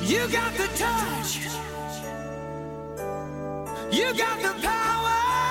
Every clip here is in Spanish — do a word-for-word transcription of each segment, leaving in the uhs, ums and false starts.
You got the touch. You got the power.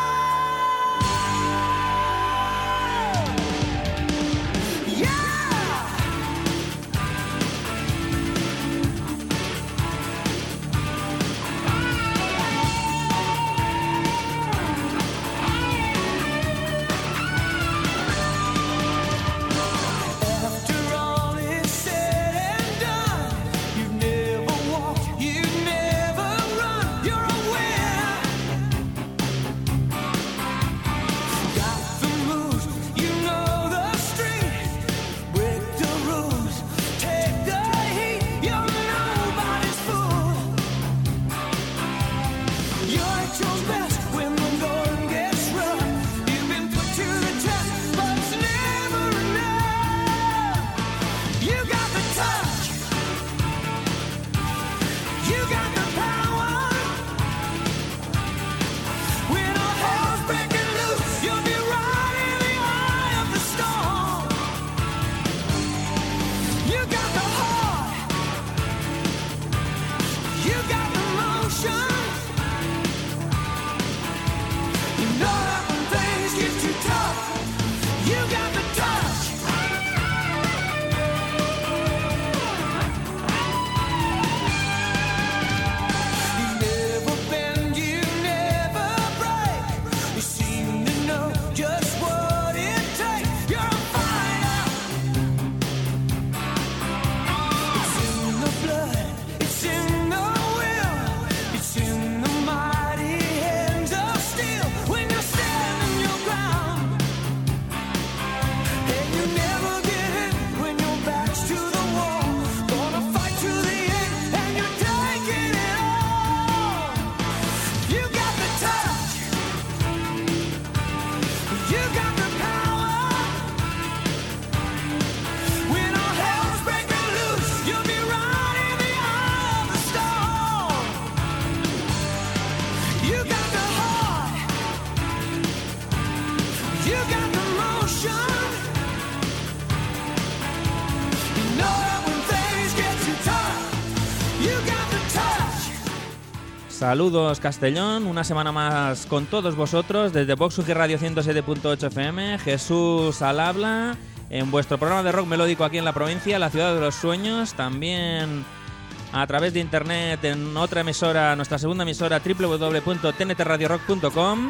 Saludos Castellón, una semana más con todos vosotros desde Vox U G Radio ciento siete punto ocho F M, Jesús al habla, en vuestro programa de rock melódico aquí en la provincia, la ciudad de los sueños, también a través de internet en otra emisora, nuestra segunda emisora, doble u doble u doble u punto t n t radio rock punto com.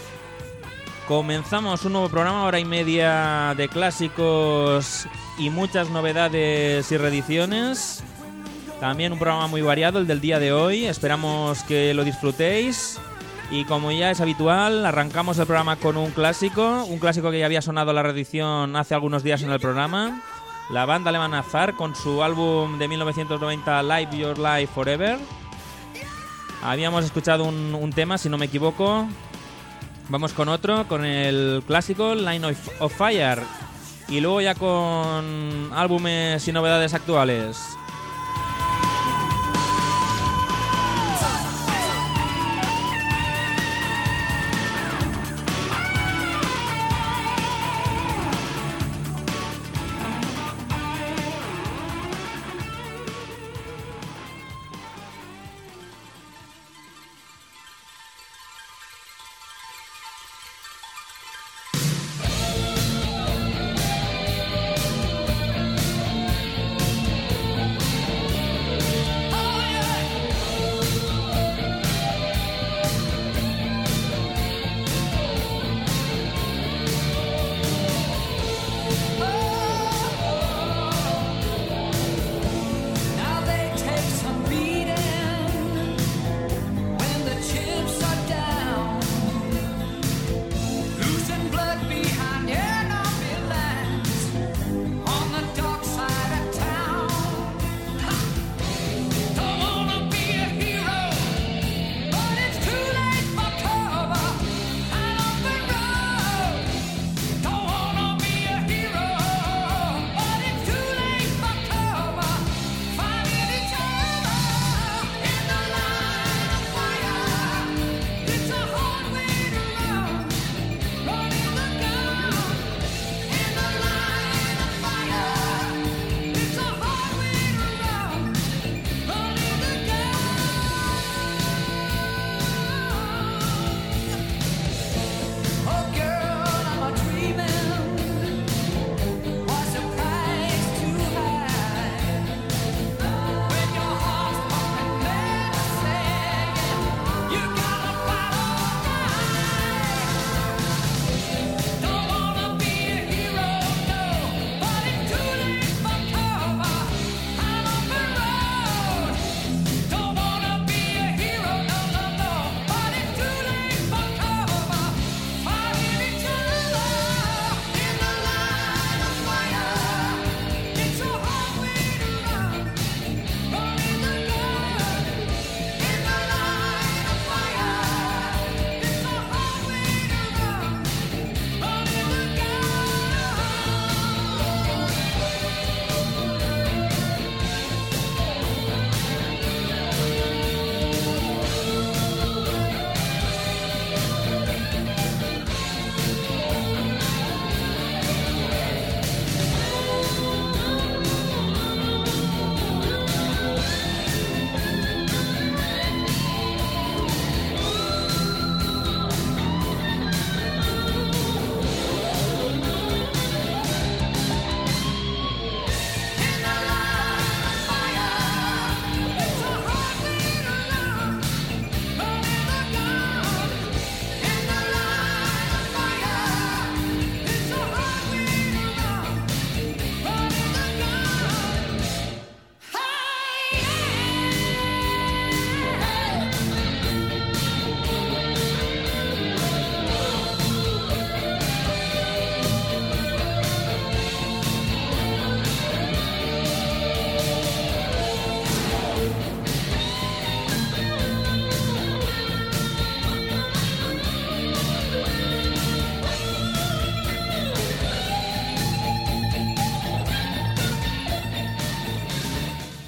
Comenzamos un nuevo programa, hora y media de clásicos y muchas novedades y reediciones. También un programa muy variado, el del día de hoy. Esperamos que lo disfrutéis. Y como ya es habitual, arrancamos el programa con un clásico. Un clásico que ya había sonado la reedición hace algunos días en el programa. La banda alemana Zar con su álbum de mil novecientos noventa, Live Your Life Forever. Habíamos escuchado un, un tema, si no me equivoco. Vamos con otro, con el clásico Line of, of Fire. Y luego ya con álbumes y novedades actuales.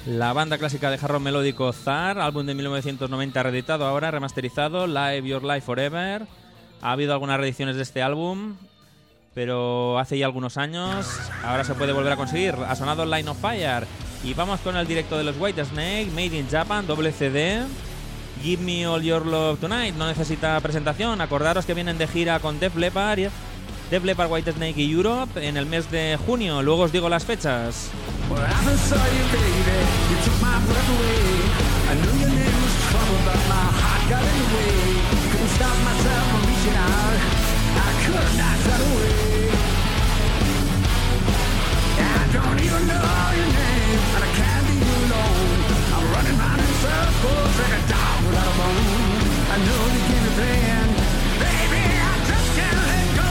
La banda clásica de hard rock melódico Zar, álbum de mil novecientos noventa reeditado ahora, remasterizado, Live Your Life Forever. Ha habido algunas reediciones de este álbum, pero hace ya algunos años. Ahora se puede volver a conseguir. Ha sonado Line of Fire. Y vamos con el directo de los Whitesnake, Made in Japan, doble C D. Give Me All Your Love Tonight. No necesita presentación. Acordaros que vienen de gira con Def Leppard, Def Leppard, Whitesnake y Europe en el mes de junio. Luego os digo las fechas. Well, I first saw you, baby. You took my breath away. I knew your name was trouble, but my heart got in the way. Couldn't stop myself from reaching out. I could not run away. I don't even know your name, and I can't leave you alone. I'm running round in circles like a dog without a bone. I know the game you're playing, baby. I just can't let go.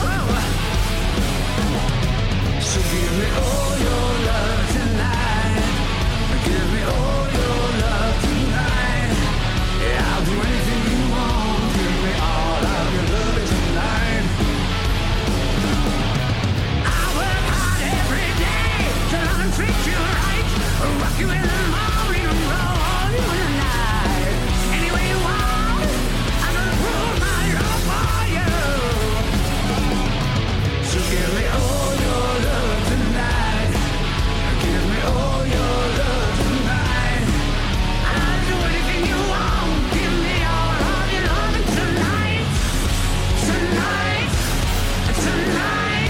So give me all your love tonight. Give me all your love tonight. Yeah, I'll do anything you want. Give me all of your love tonight. I work hard every day to love and treat you right. Rock you in the morning and roll you in the night. Any way you want, I'm gonna prove my love for you. So give me all your love tonight. Give me all your love tonight. I'll do anything you want. Give me all of your loving tonight. Tonight. Tonight.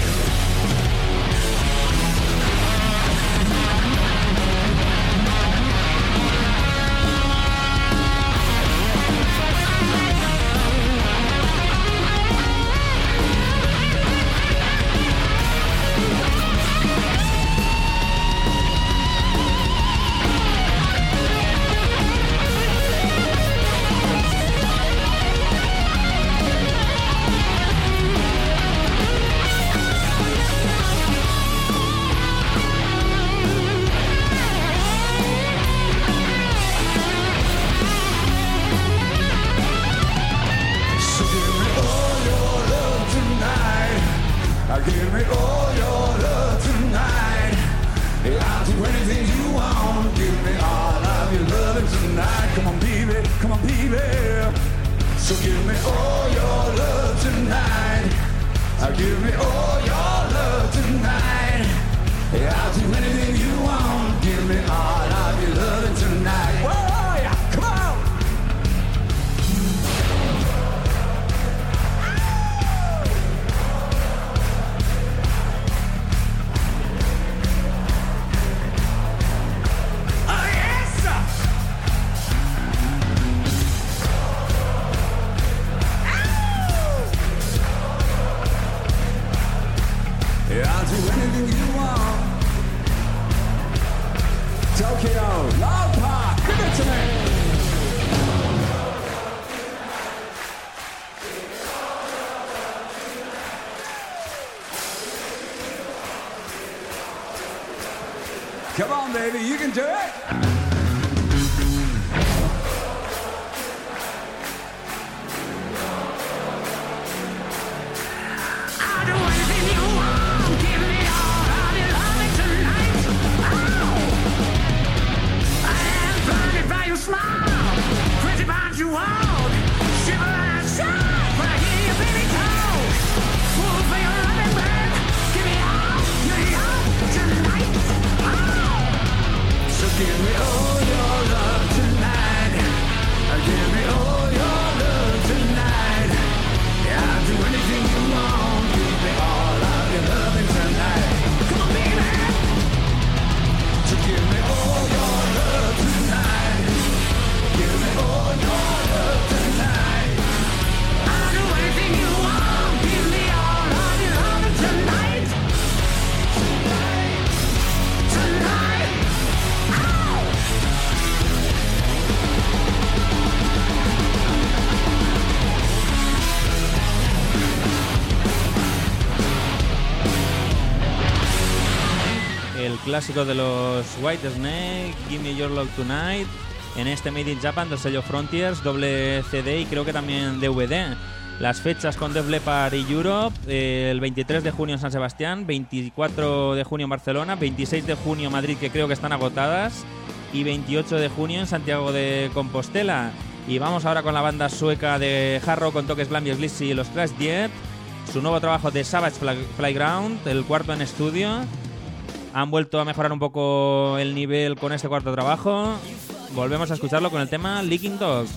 So give me all your love tonight. I'll give me all your love tonight. I'll do anything you want. Give me all of your loving tonight. Come on, baby. Come on, baby. So give me all your love tonight. I'll give me all your love tonight. I'll do anything you want. Give me all of your loving tonight. Whoa, yeah, come on. Oh, yes, sir. Yeah, I'll do anything you want. Tokyo, Love Park, give it to me. Come on, baby, you can do it. I'll do anything you want. Give me all of your loving tonight. Oh. I am blinded by your smile, crazy about you walk, shiver and I shout when I hear your baby talk. Fool for your loving man, give me all your love tonight. Oh. So give me all your love tonight. Give me all your love tonight. Yeah, I'll do anything you want. Give me all of your loving tonight. Come on, baby. So give me all your love tonight. Give me all your love tonight. I'll do anything you want. Give me all of your loving tonight. Tonight. Tonight. Oh. El clásico de los Whitesnake, Give Me Your Love Tonight, en este Made in Japan del sello Frontiers, doble C D y creo que también D V D. Las fechas con Def Leppard y Europe, eh, el veintitrés de junio en San Sebastián, veinticuatro de junio en Barcelona, veintiséis de junio en Madrid, que creo que están agotadas, y veintiocho de junio en Santiago de Compostela. Y vamos ahora con la banda sueca de hard rock con toques glam y sleazy, los Crash Diet. Su nuevo trabajo de Savage Playground, el cuarto en estudio. Han vuelto a mejorar un poco el nivel con este cuarto trabajo. Volvemos a escucharlo con el tema Licking Dog.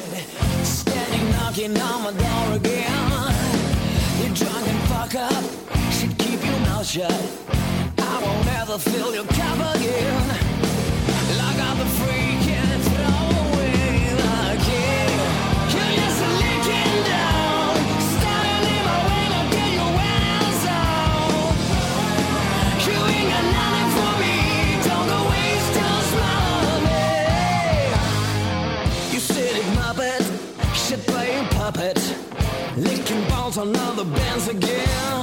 Licking balls on other bands again.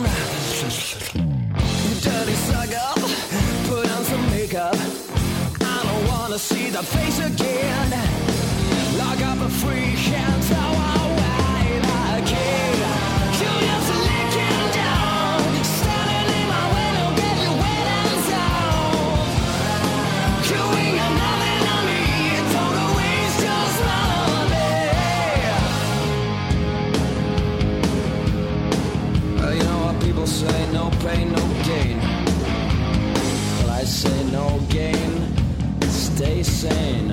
Dirty sucker, put on some makeup. I don't wanna see that face again. Lock up a free hand, throw away the key. You just licking down, standing in my way to get you wet and sound. You ain't got nothing on me, don't waste your money. You know what people say, no pain, no gain. Well, I say no gain, stay sane.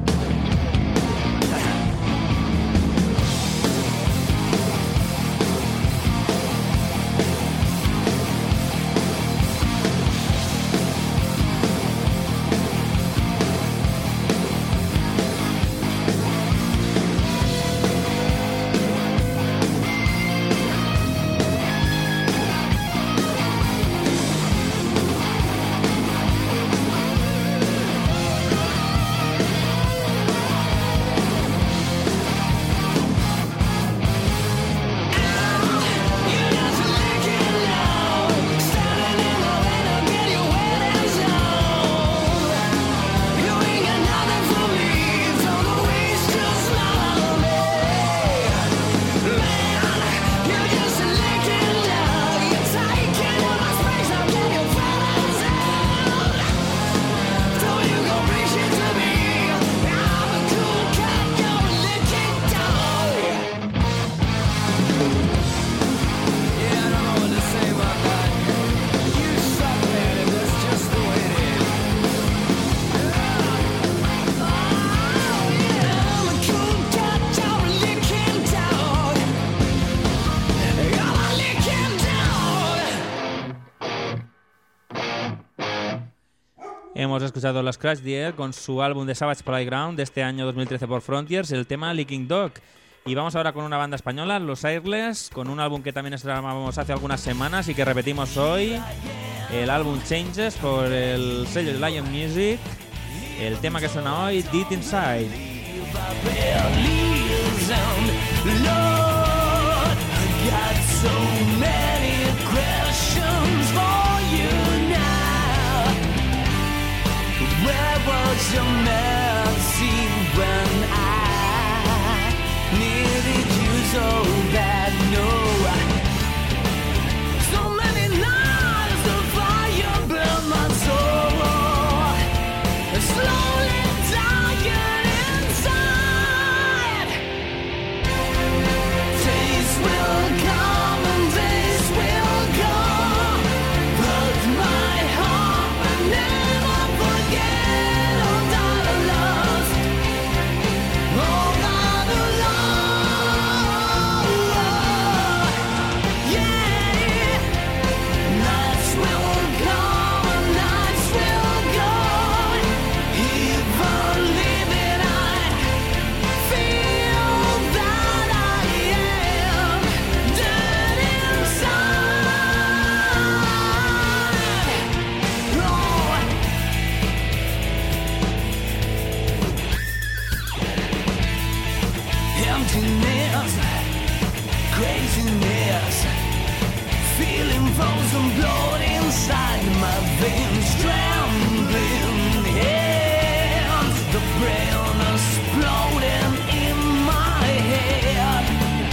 Hemos escuchado los Crash Diet con su álbum de Savage Playground de este año dos mil trece por Frontiers, el tema Licking Dog. Y vamos ahora con una banda española, Los Airless, con un álbum que también estrenamos hace algunas semanas y que repetimos hoy, el álbum Changes por el sello de Lion Music. El tema que suena hoy, Deep Inside. Where was your mercy when I needed you so bad? No, so many nights of fire burn my soul, slowly dying inside. Days will come and days will go, but my heart will never forget all that I lost, all that I lost. Yeah, nights will come and nights will go, even living I feel that I am dead inside. Oh. Emptiness, craziness, feeling frozen blood inside my veins, trembling hands, the brain exploding in my head.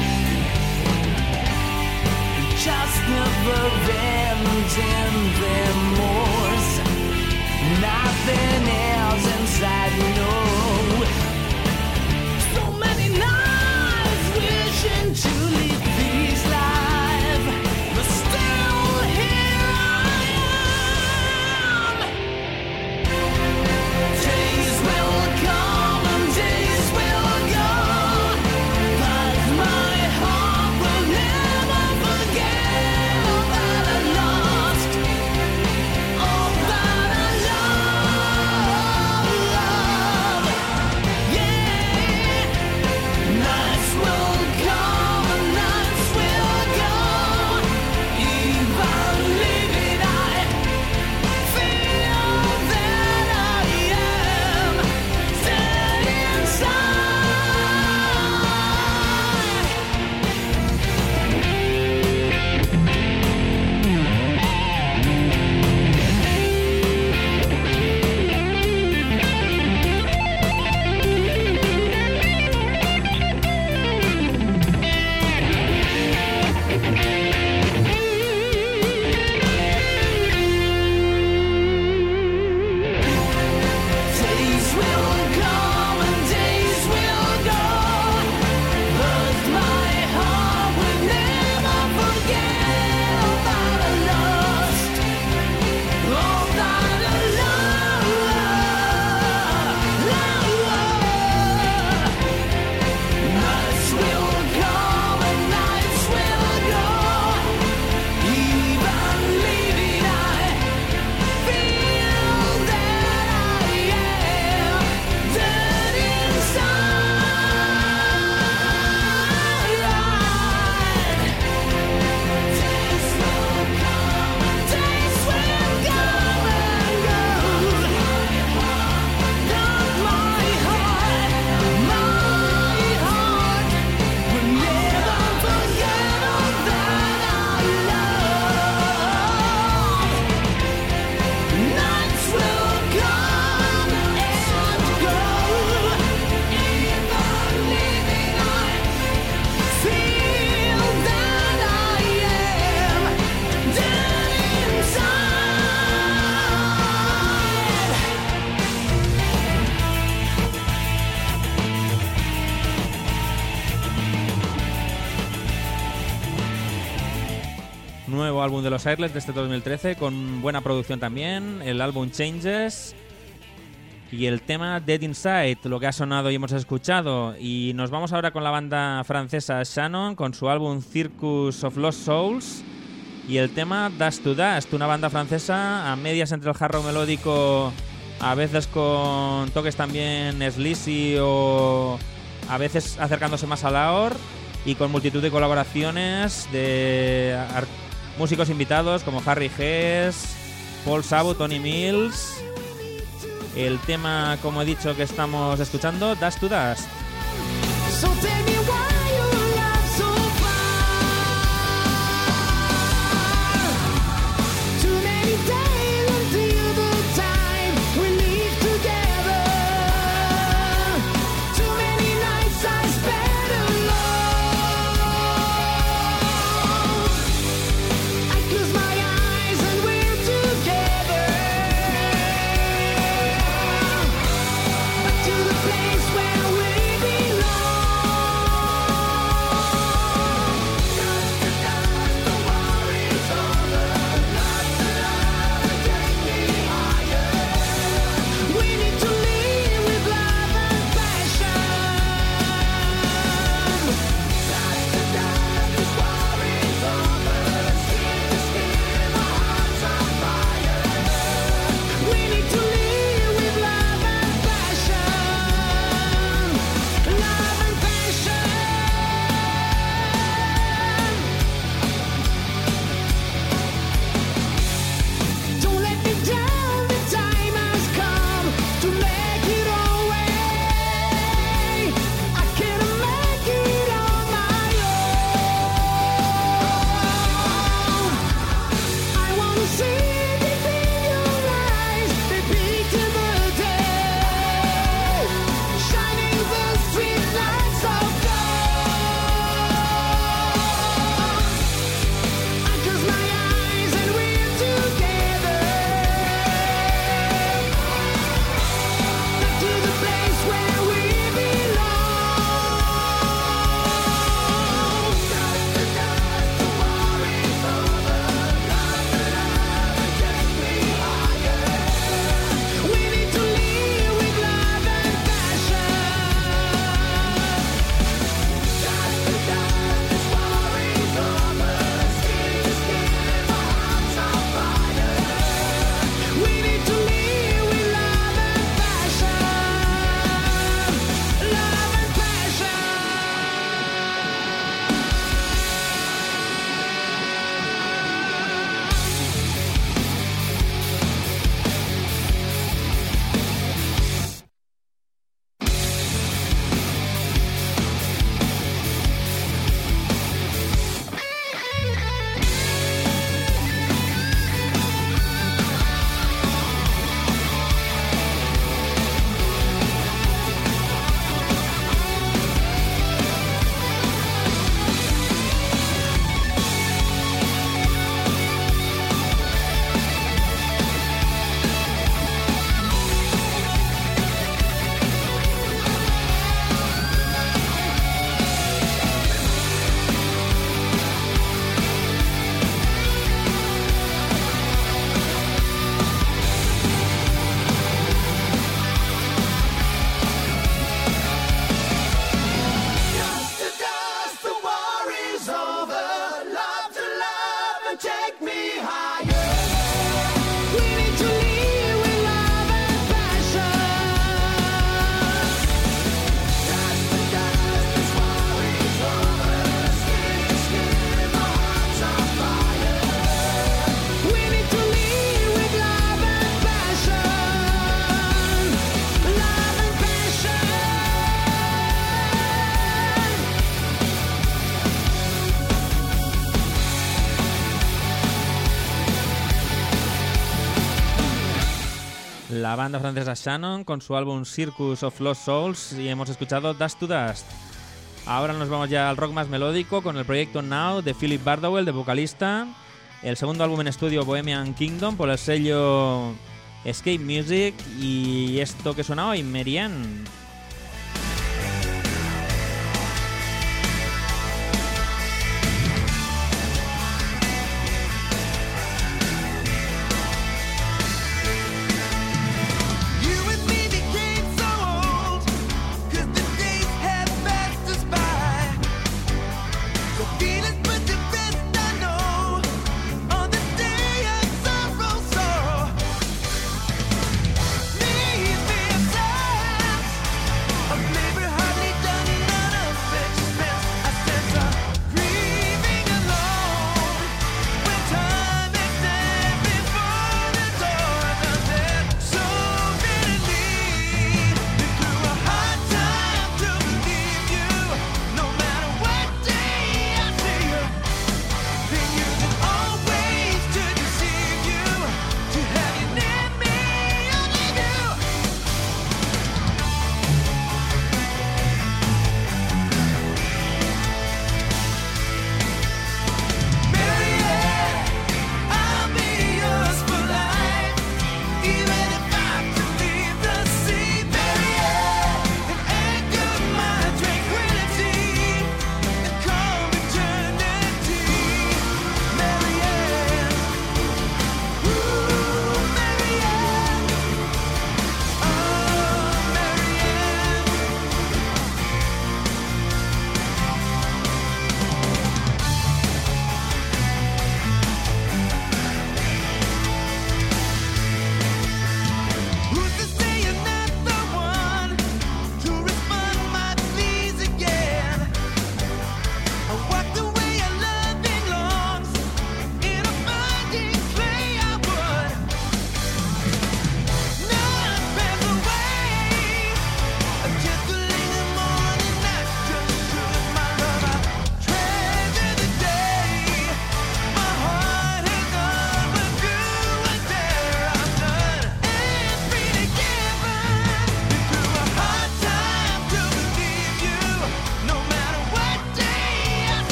Just never ending remorse, nothing else inside. nuevo álbum de los Airless de este dos mil trece, con buena producción también, el álbum Changes y el tema Dead Inside, lo que ha sonado y hemos escuchado. Y nos vamos ahora con la banda francesa Shannon, con su álbum Circus of Lost Souls y el tema Dust to Dust, una banda francesa a medias entre el hard rock melódico, a veces con toques también sleazy o a veces acercándose más a la or, y con multitud de colaboraciones de músicos invitados como Harry Hess, Paul Sabo, Tony Mills. El tema, como he dicho, que estamos escuchando, Dust to Dust. So tell me why you love so far. Too many days until the time we live together. Too many nights I spent alone. I close my eyes and we're together. Back to the place where we belong. La banda francesa Shannon con su álbum Circus of Lost Souls, y hemos escuchado Dust to Dust. Ahora nos vamos ya al rock más melódico con el proyecto Now de Philip Bardowell, de vocalista. El segundo álbum en estudio, Bohemian Kingdom, por el sello Escape Music, y esto que suena hoy, Marianne.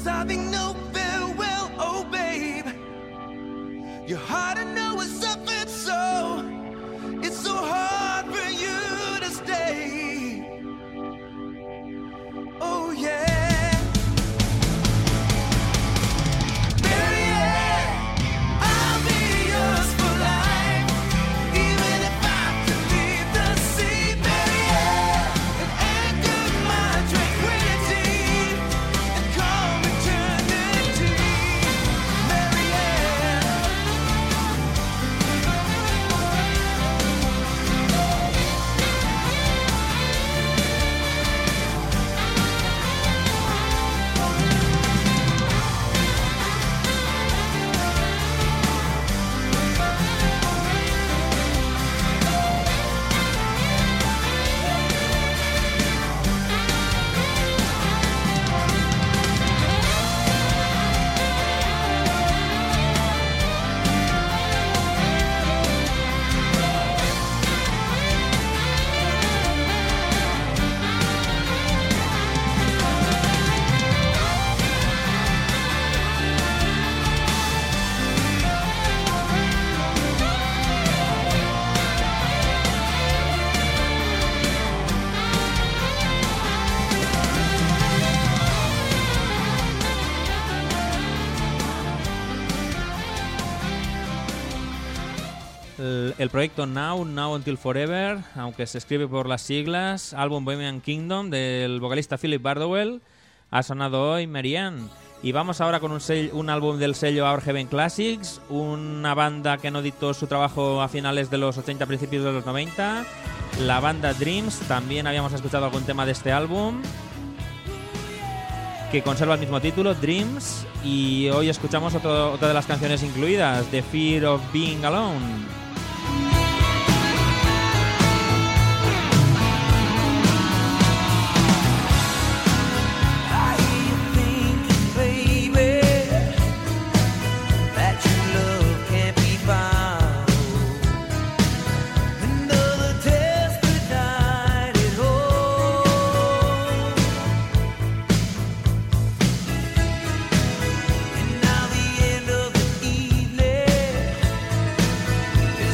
sobbing no farewell, oh babe. Your heart I know has suffered so. It's so hard for you to stay. Oh yeah. Mary, I'll be yours for life, even if I could leave the sea. Mary, and anchor my tranquility and calm eternity. Mary. El, el proyecto Now, Now Until Forever, aunque se escribe por las siglas, álbum Bohemian Kingdom del vocalista Philip Bardowell, ha sonado hoy Marianne. Y vamos ahora con un, sell- un álbum del sello Our Heaven Classics, una banda que no editó su trabajo a finales de los ochenta, principios de los noventa, la banda Dreams. También habíamos escuchado algún tema de este álbum, que conserva el mismo título, Dreams, y hoy escuchamos otro, otra de las canciones incluidas, The Fear of Being Alone. Now the end of the evening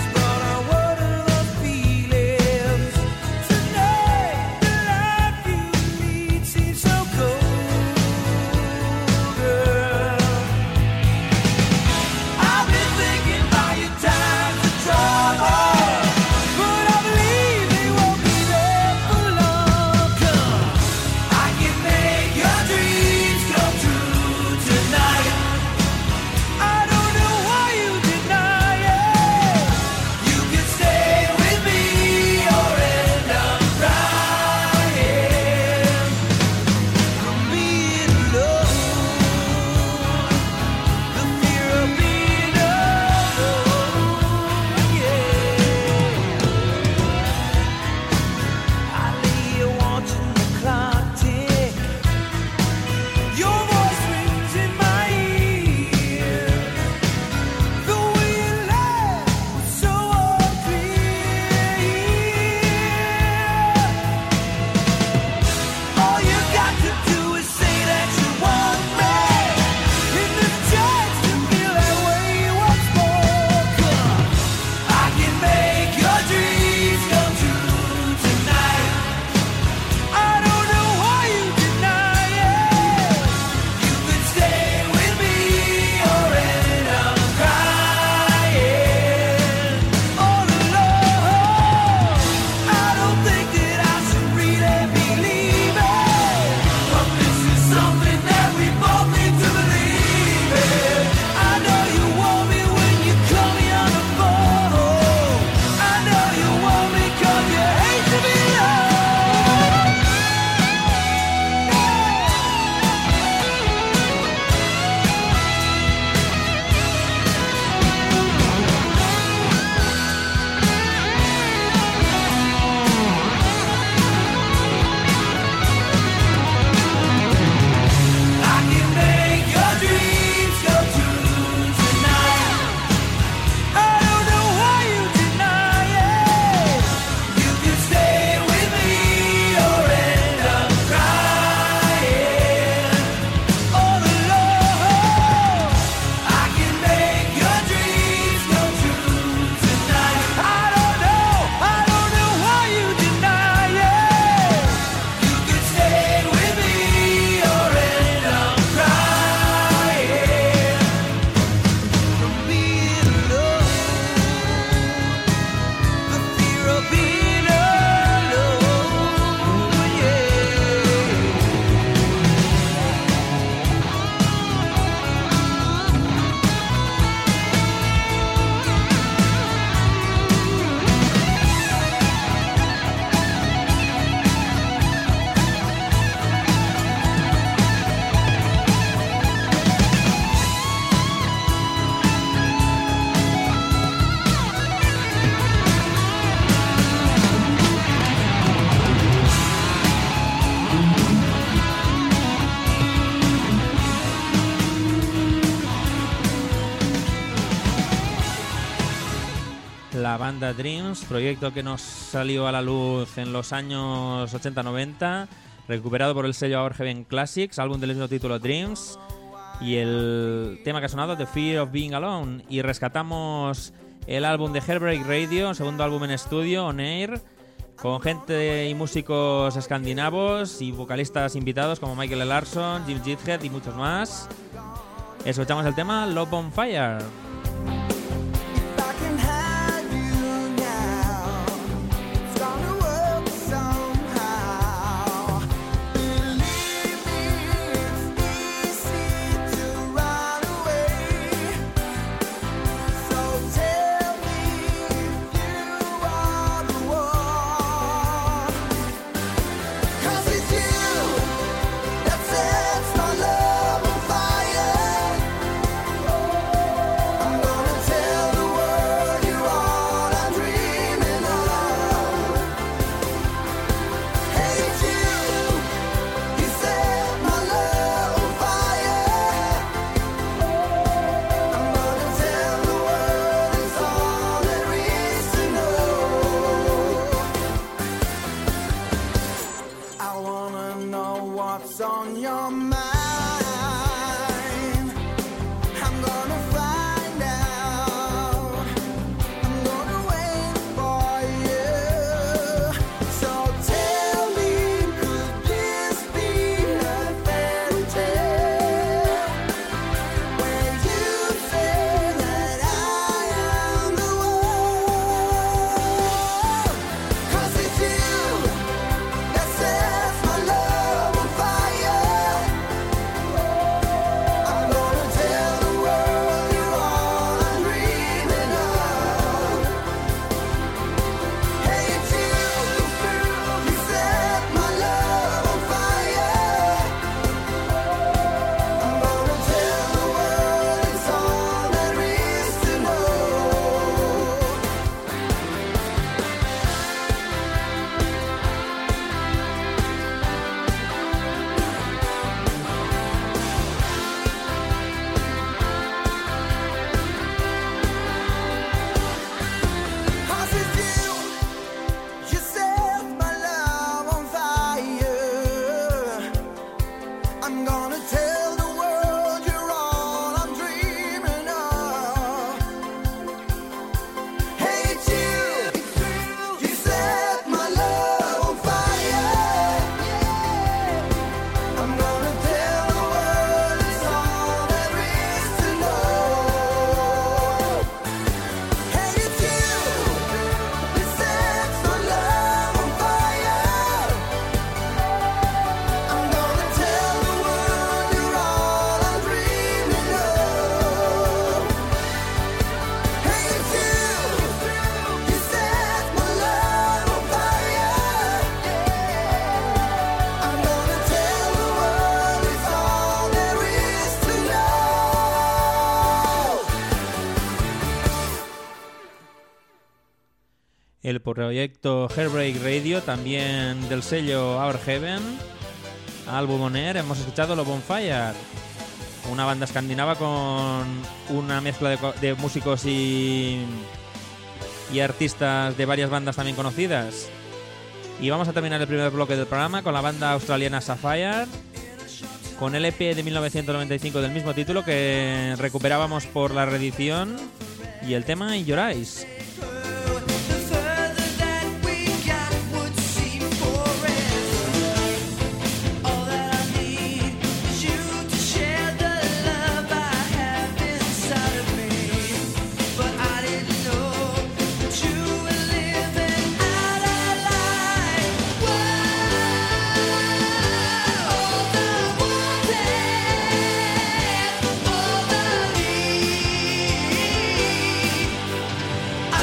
la banda Dreams, proyecto que nos salió a la luz en los años ochenta noventa, recuperado por el sello Our Heaven Classics, álbum del mismo título Dreams, y el tema que ha sonado, The Fear of Being Alone. Y rescatamos el álbum de Heartbreak Radio, segundo álbum en estudio, On Air, con gente y músicos escandinavos y vocalistas invitados como Michael Larsson, Jim Jidhead y muchos más. Escuchamos el tema Love on Fire. El proyecto Heartbreak Radio, también del sello Our Heaven, álbum On Air, hemos escuchado Love on Fire, una banda escandinava con una mezcla de, de músicos y, y artistas de varias bandas también conocidas. Y vamos a terminar el primer bloque del programa con la banda australiana Sapphire, con el E P de mil novecientos noventa y cinco del mismo título que recuperábamos por la reedición, y el tema In Your Eyes. I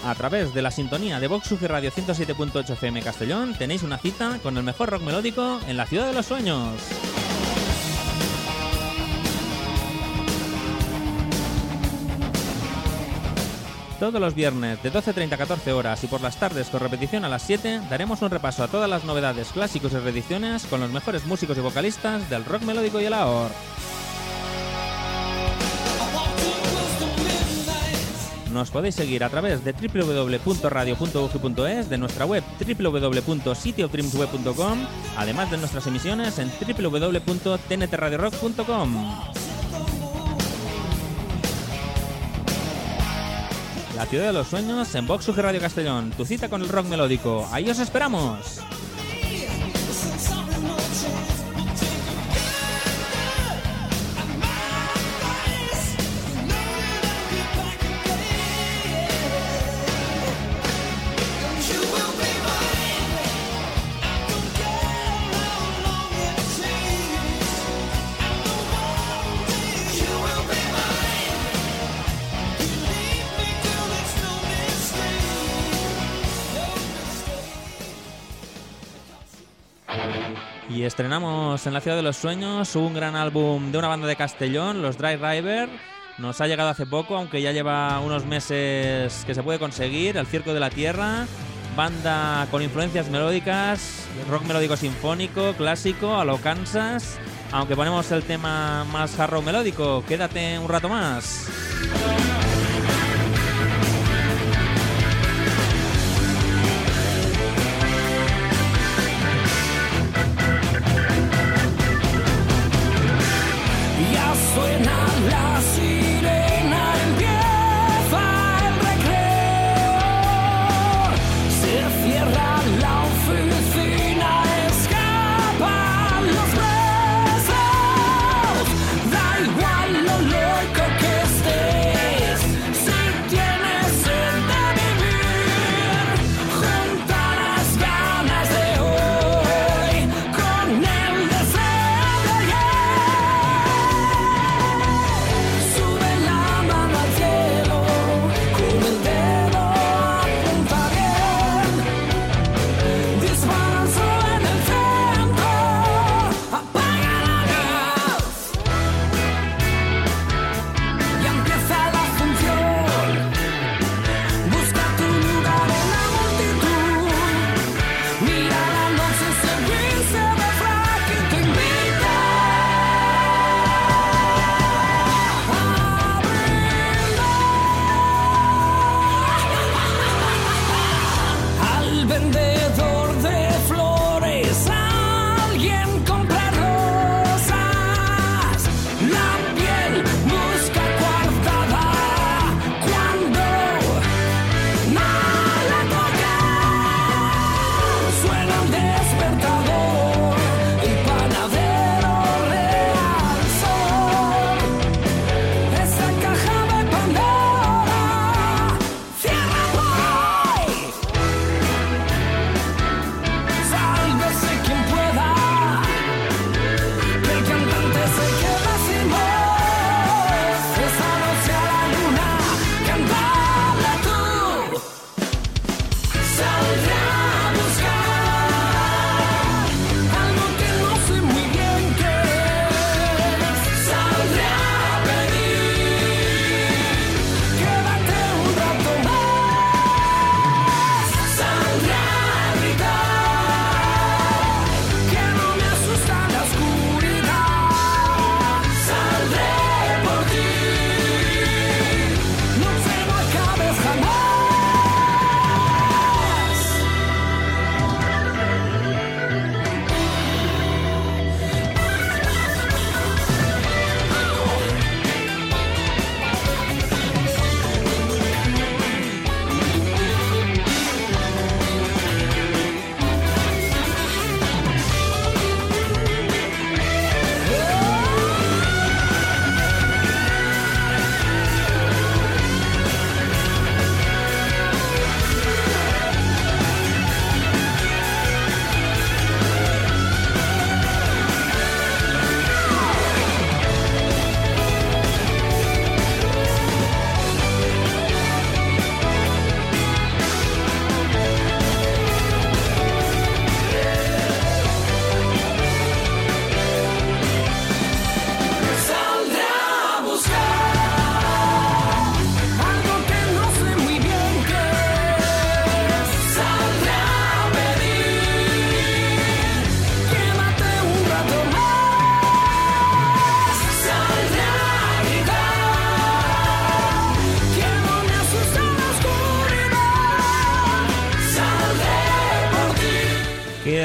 a través de la sintonía de Vox U G Radio ciento siete punto ocho F M Castellón, tenéis una cita con el mejor rock melódico en la ciudad de los sueños. Todos los viernes de doce treinta a catorce horas y por las tardes con repetición a las siete daremos un repaso a todas las novedades, clásicos y reediciones con los mejores músicos y vocalistas del rock melódico y el A O R. Nos podéis seguir a través de doble u doble u doble u punto radio punto u g punto es, de nuestra web doble u doble u doble u punto city of dreams web punto com, además de nuestras emisiones en doble u doble u doble u punto t n t radio rock punto com. La ciudad de los sueños en Vox U G Radio Castellón, tu cita con el rock melódico. ¡Ahí os esperamos! Y estrenamos en la ciudad de los sueños un gran álbum de una banda de Castellón, los Dry River. Nos ha llegado hace poco, aunque ya lleva unos meses que se puede conseguir, El Circo de la Tierra. Banda con influencias melódicas, rock melódico sinfónico, clásico, a lo Kansas. Aunque ponemos el tema más hard rock melódico, quédate un rato más. Suena la sirena, empieza el recreo, se cierra la oficina, escapan los presos, da igual lo loco que esté.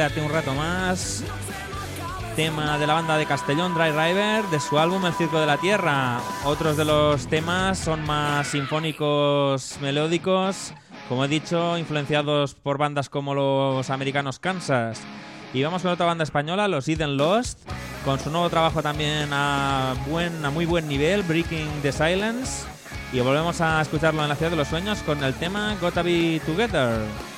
Quédate un rato más. Tema de la banda de Castellón, Dry River, de su álbum El Circo de la Tierra. Otros de los temas son más sinfónicos, melódicos, como he dicho, influenciados por bandas como los americanos Kansas. Y vamos con otra banda española, los Eden Lost, con su nuevo trabajo también a, buen, a muy buen nivel, Breaking the Silence. Y volvemos a escucharlo en la Ciudad de los Sueños con el tema Gotta Be Together.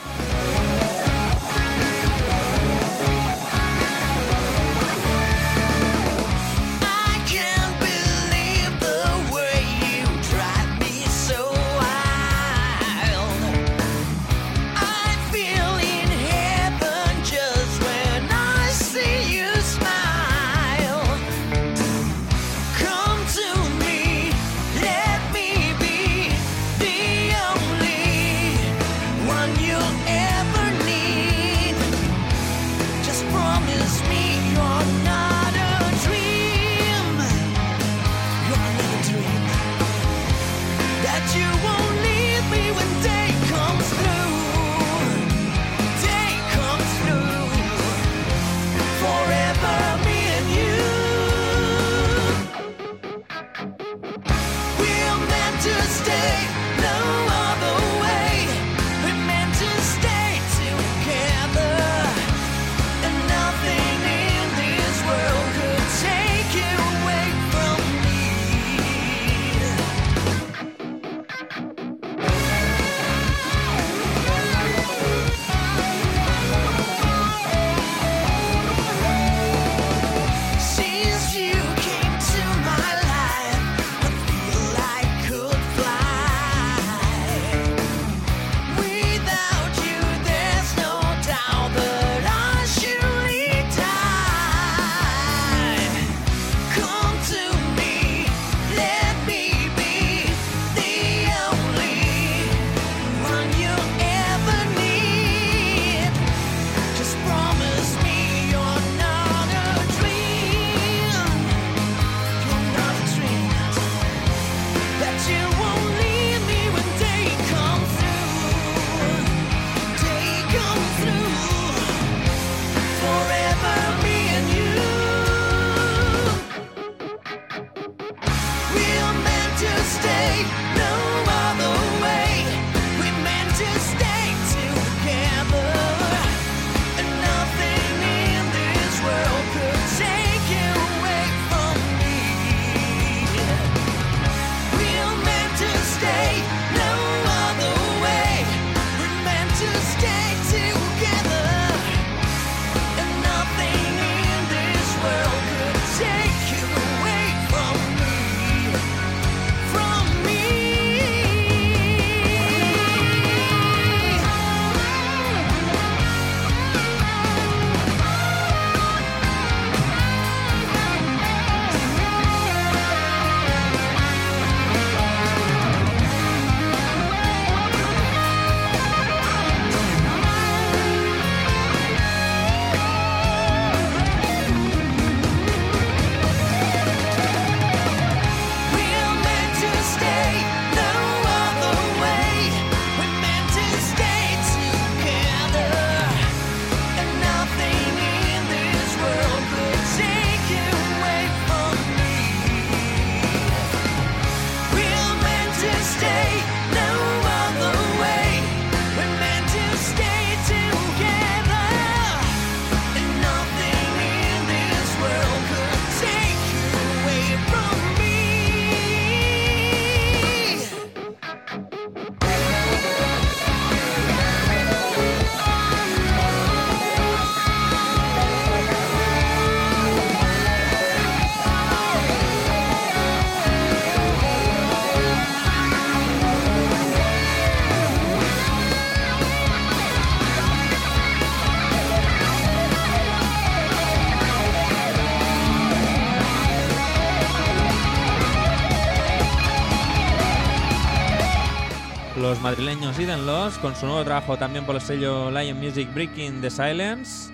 Los madrileños Eden Lost con su nuevo trabajo también por el sello Lion Music, Breaking the Silence.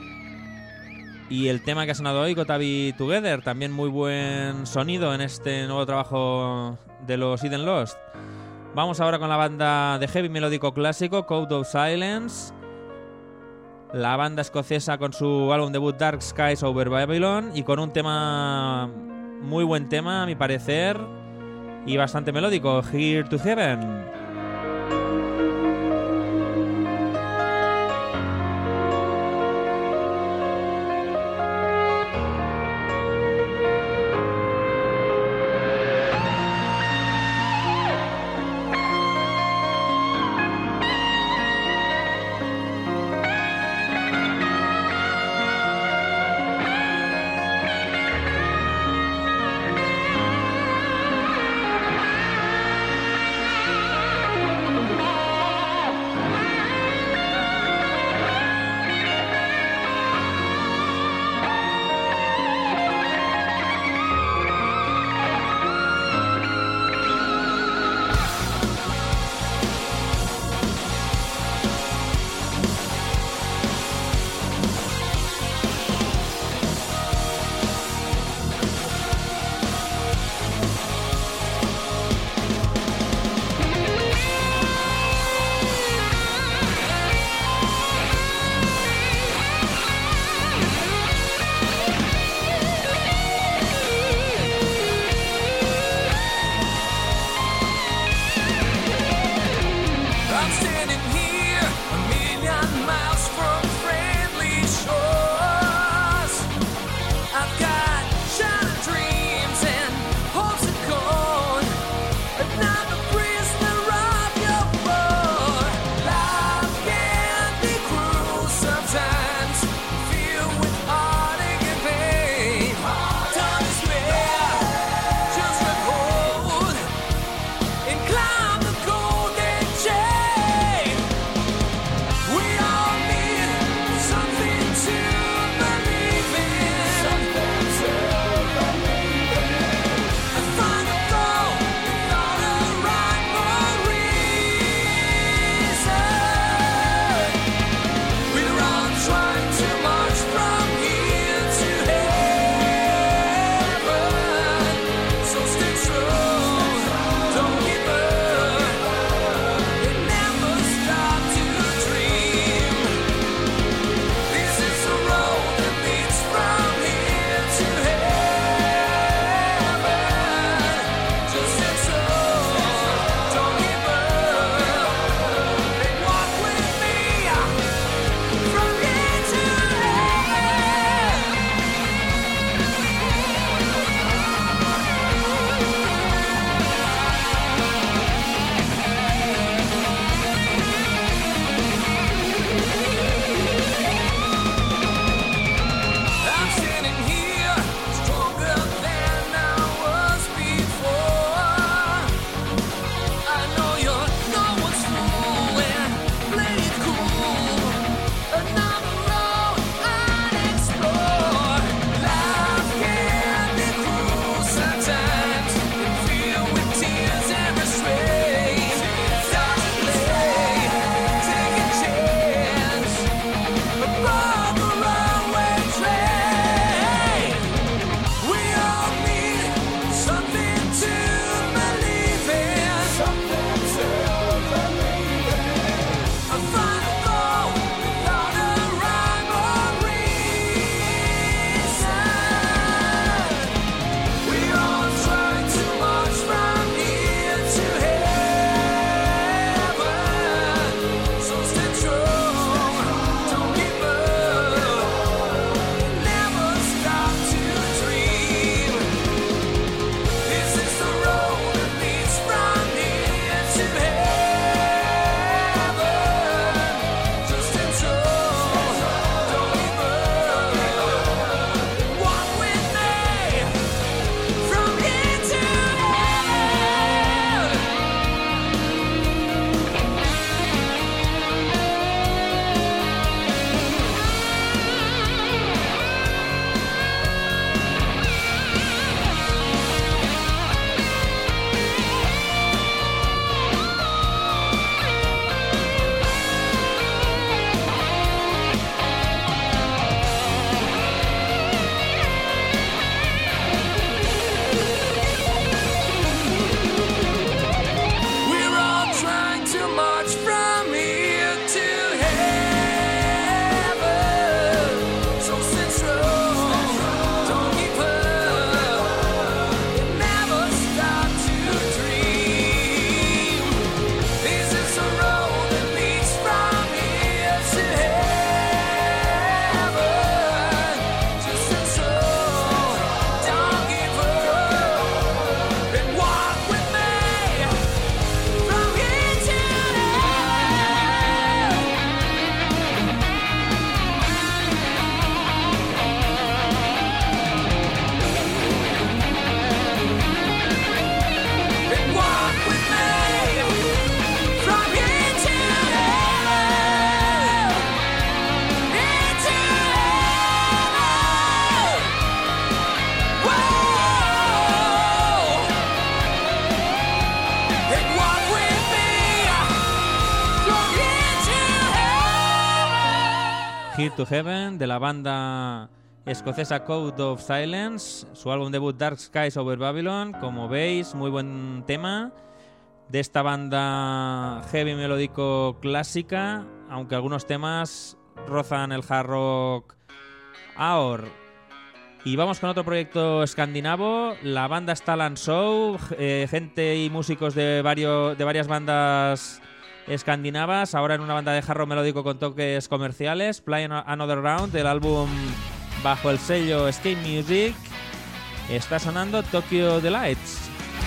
Y el tema que ha sonado hoy, Gotta Be Together, también muy buen sonido en este nuevo trabajo de los Eden Lost. Vamos ahora con la banda de heavy melódico clásico, Code of Silence, la banda escocesa con su álbum debut Dark Skies Over Babylon y con un tema, muy buen tema a mi parecer y bastante melódico, Here to Heaven. Here to Heaven, de la banda escocesa Code of Silence, su álbum debut Dark Skies Over Babylon. Como veis, muy buen tema de esta banda heavy melódico clásica, aunque algunos temas rozan el hard rock ahora. Y vamos con otro proyecto escandinavo, la banda Staland Show, eh, gente y músicos de, varios, de varias bandas escandinavas, ahora en una banda de hard rock melódico con toques comerciales. Play Another Round, el álbum bajo el sello Escape Music, está sonando Tokyo Delights.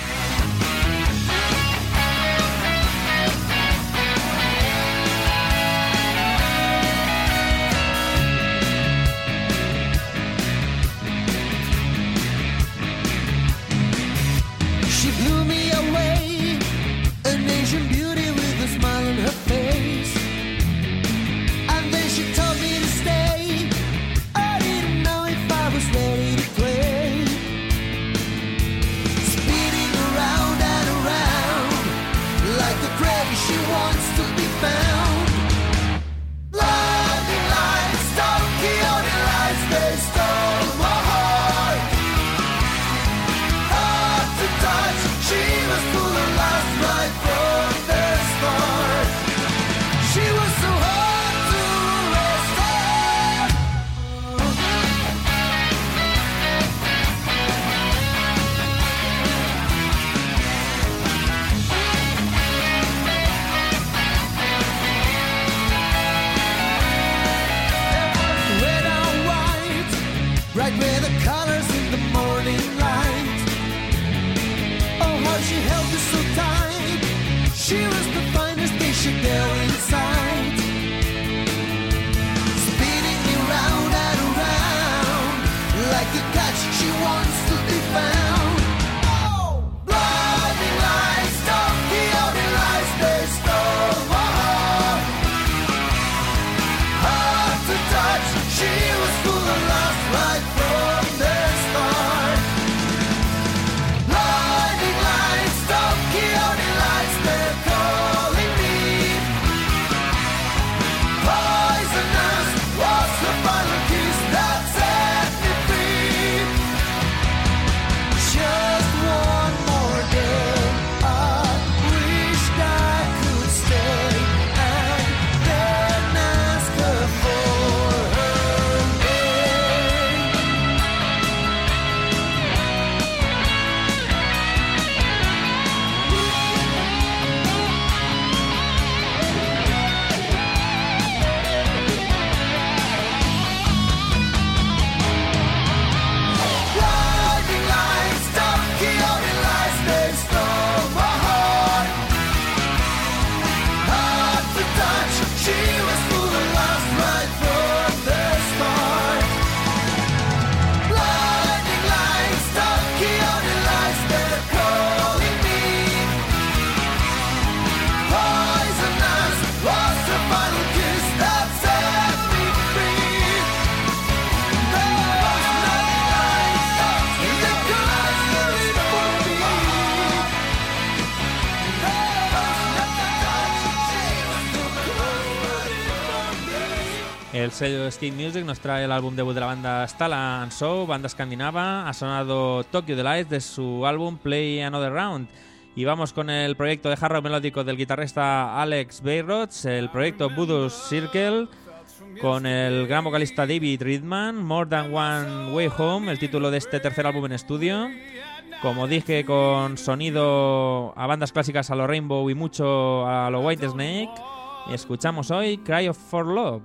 El sello Skate Music nos trae el álbum debut de la banda Staland Show, banda escandinava. Ha sonado Tokyo Delights de su álbum Play Another Round. Y vamos con el proyecto de hard rock melódico del guitarrista Alex Bayrods, el proyecto Voodoo Circle, con el gran vocalista David Reedman. More Than One Way Home, el título de este tercer álbum en estudio. Como dije, con sonido a bandas clásicas a lo Rainbow y mucho a lo Whitesnake. Escuchamos hoy Cry for Love.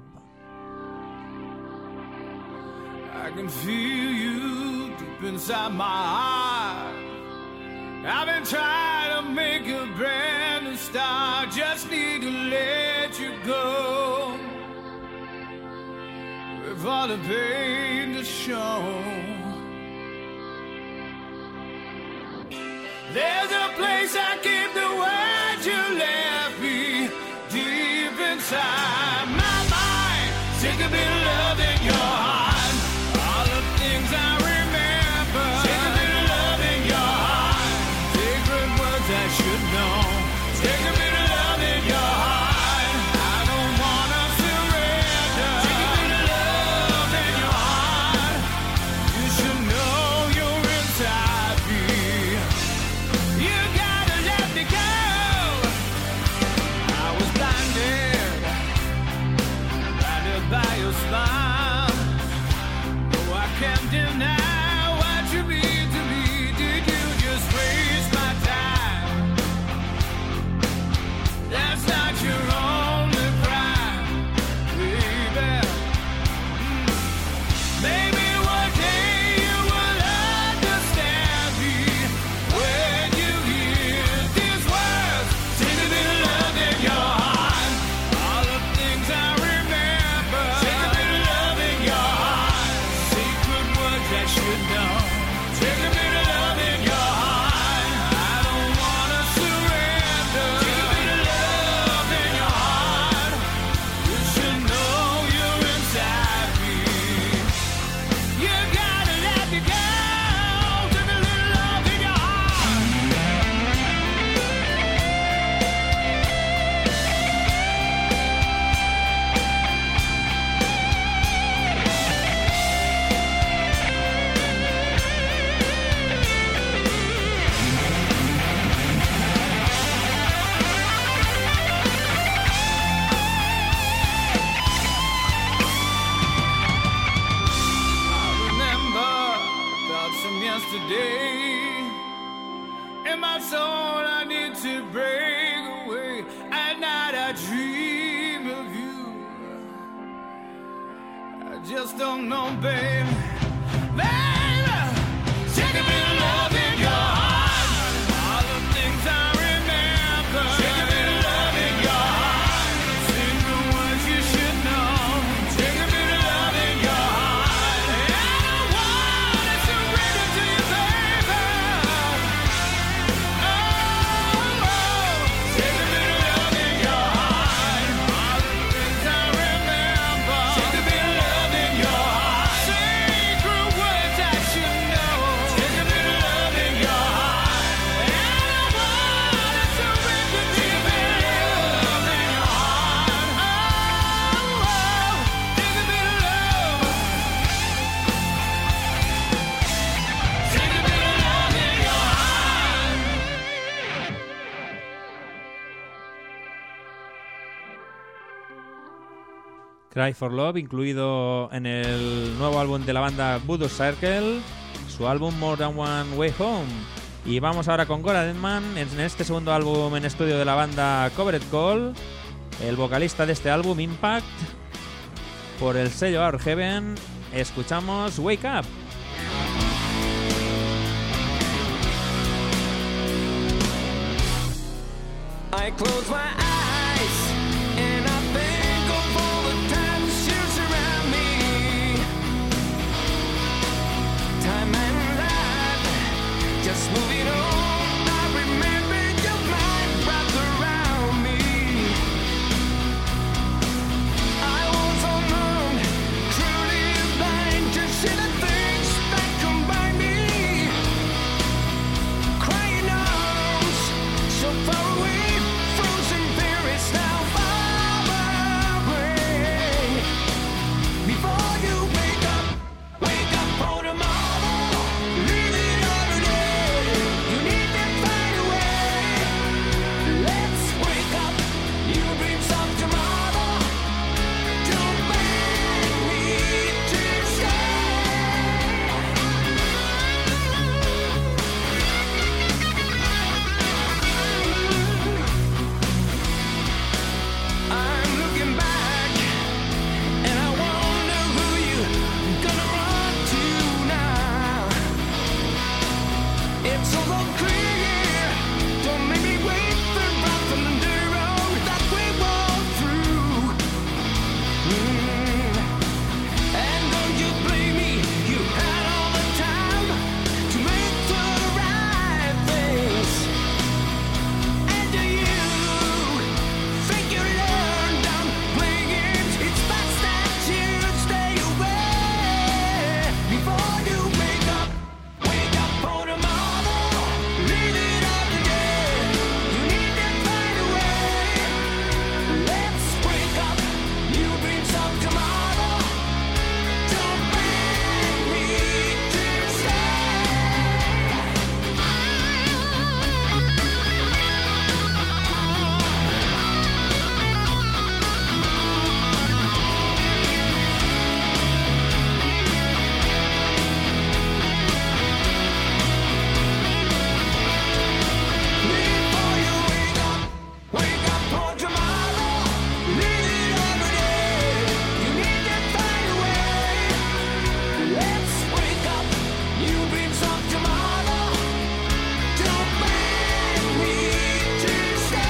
I can feel you deep inside my heart. I've been trying to make a brand new start. Just need to let you go. With all the pain to show. There's a place I keep the words you left me deep inside my mind. Sick of being loved in your heart. Take a bit of love in your heart. I don't wanna surrender. Take a bit of just don't know, baby. Baby, take a bit of love in your heart. All the things I remember. Take a bit of love in your heart. Sing the words you should know. Take a bit of love in your heart. And I wanna surrender to you, baby. Oh, oh. Take a bit of love in your heart. All the things I remember. Take a bit of love in your heart. Secret words I should know. Take a bit of love in your heart. And I wanna surrender to you, baby. Love in your heart. Oh, oh. Take a bit of love. Take a bit of love in your heart. Cry for Love, incluido en el nuevo álbum de la banda Voodoo Circle, su álbum More Than One Way Home. Y vamos ahora con Goran Edman, en este segundo álbum en estudio de la banda Covered Call, el vocalista de este álbum, Impact, por el sello Our Heaven. Escuchamos Wake Up. I close my eyes and I think of all the times you surround me. Time and life just moving on. I remember your mind wrapped around me. I was alone, truly blind to see the things that combine me. Crying arms, so far away. Frozen Paris now far away. Before you wake up, wake up for tomorrow. Leave it all today. You need to find a way. Let's wake up. You dreams of tomorrow. Don't make me to stay. I'm looking back, and I wonder who you gonna run to now. It's all so clear. Don't make me wait for right from the road that we walk through. Mm. And don't you blame me? You had all the time to make the right things. And do you think you learned down playing games? It's best that you stay away before you wake up. Wake up for tomorrow. Leave it all today. You need to find a way. Let's wake up. You dreams of tomorrow. Don't bring me to stay. Before you wake up, wake up for tomorrow. Leave it all today. You need to find a way. Let's wake up. You dreams of tomorrow. Don't bring me to stay.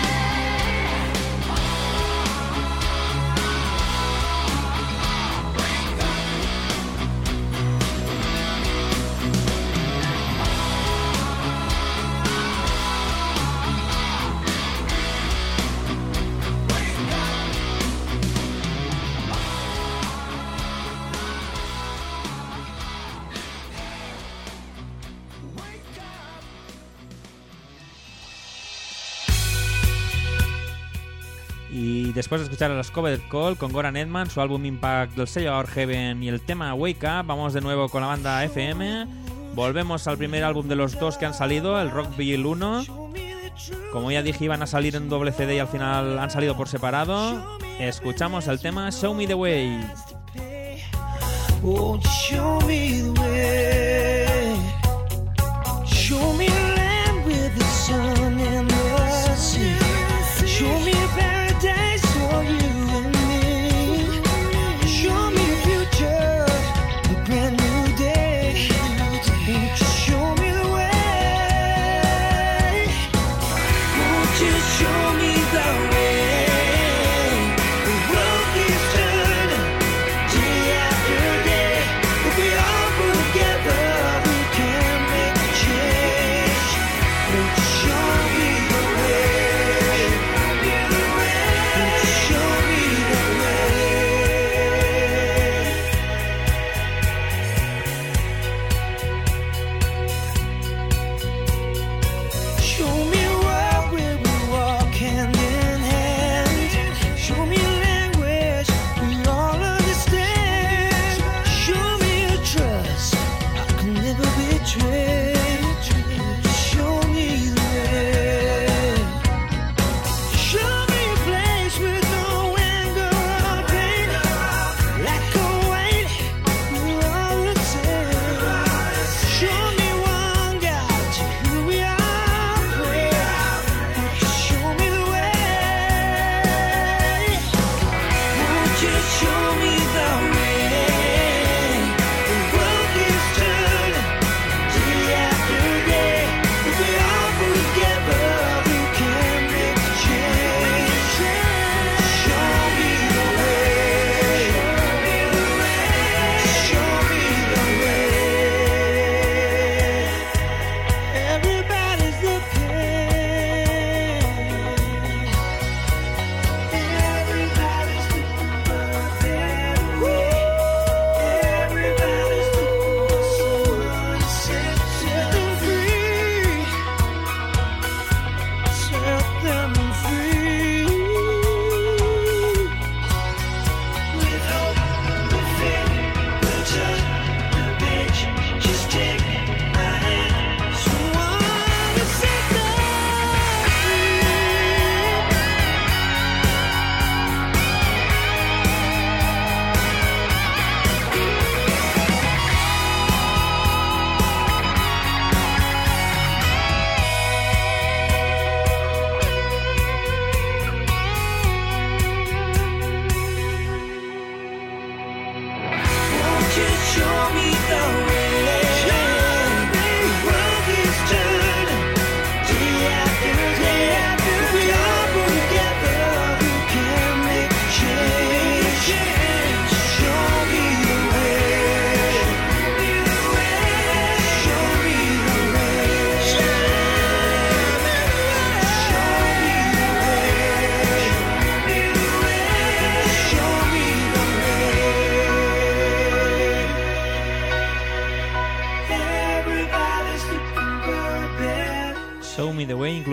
Y después de escuchar a los Covered Call con Goran Edman, su álbum Impact del sello Our Heaven y el tema Wake Up, vamos de nuevo con la banda F M. Volvemos al primer álbum de los dos que han salido, el Rockville uno. Como ya dije, iban a salir en doble C D y al final han salido por separado. Escuchamos el tema Show Me The Way. Won't you show me the way? Show me the land with the sun and the sea. Show me a paradise for you and me. Show me the future.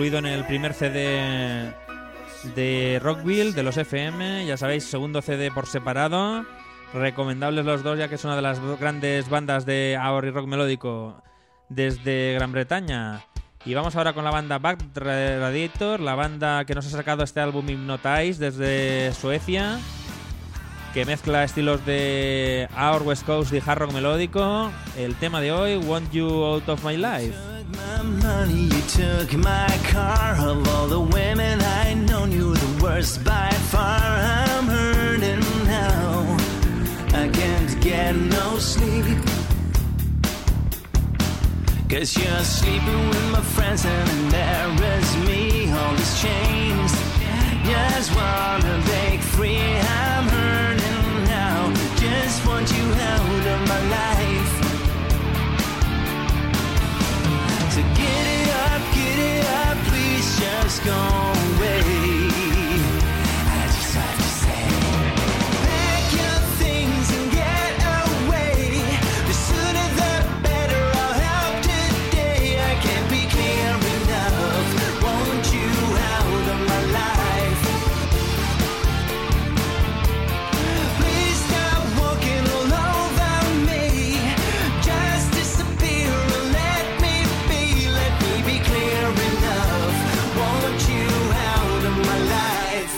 incluido en el primer C D de Rockville, de los F M. Ya sabéis, segundo C D por separado. Recomendables los dos, ya que es una de las dos grandes bandas de A O R y rock melódico desde Gran Bretaña. Y vamos ahora con la banda Bad Radiator, la banda que nos ha sacado este álbum Hypnotize desde Suecia, que mezcla estilos de A O R West Coast y hard rock melódico. El tema de hoy, Want You Out of My Life. My money, you took my car. Of all the women I known, you the worst by far. I'm hurting now, I can't get no sleep, 'cause you're sleeping with my friends and embarrass me. All these chains, just wanna break free. I'm hurting now, just want you out of my life. So get it up, get it up, please just go away. I just have to say, pack your things and get away. The sooner the better, I'll help today. I can't be clear enough, want you out of my life. Please stop walking all over me, just disappear and let me be. Let me be clear enough, want you out of my life.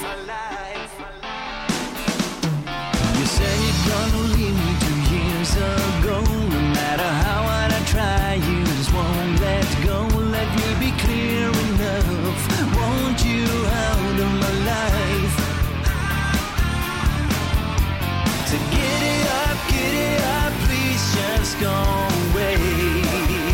You said you're gonna leave me two years ago. No matter how hard I try, you just won't let go. Let me be clear enough, want you out of my life. So get it up, get it up, please just go away.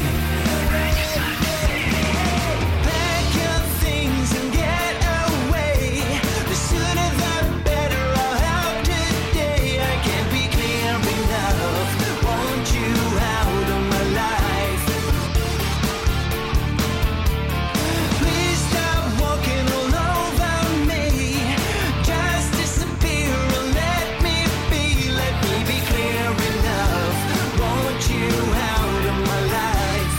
Pack your things and get away. The sooner the better, I'll help today. I can't be clear enough, want you out of my life. Please stop walking all over me, just disappear and let me be. Let me be clear enough, want you out of my life.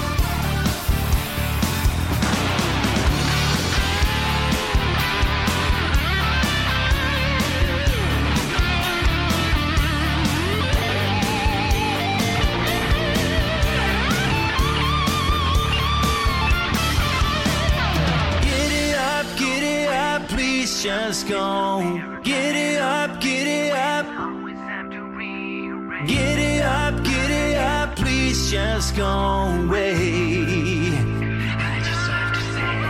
Get it up, get it up, please just go. Get it up, get it up. Get it up, get it up, please just go away. I just have to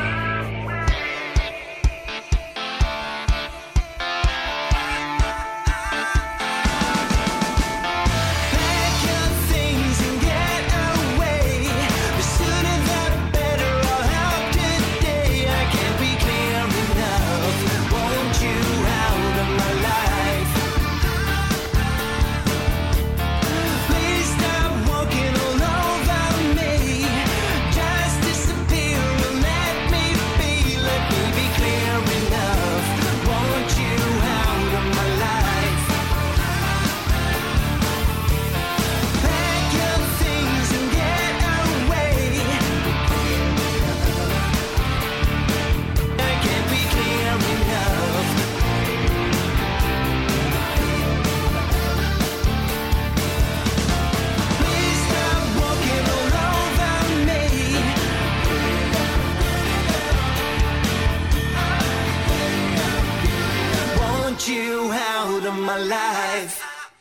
pack your things and get away. The sooner the better, I'll help today. I can't be clear enough, want you out of my life. Please stop walking all over me, just disappear and let me be. Let me be clear enough, want you out of my life. Pack your things and get away. I can't be clear enough. Please stop walking all over me. Want you out of my life.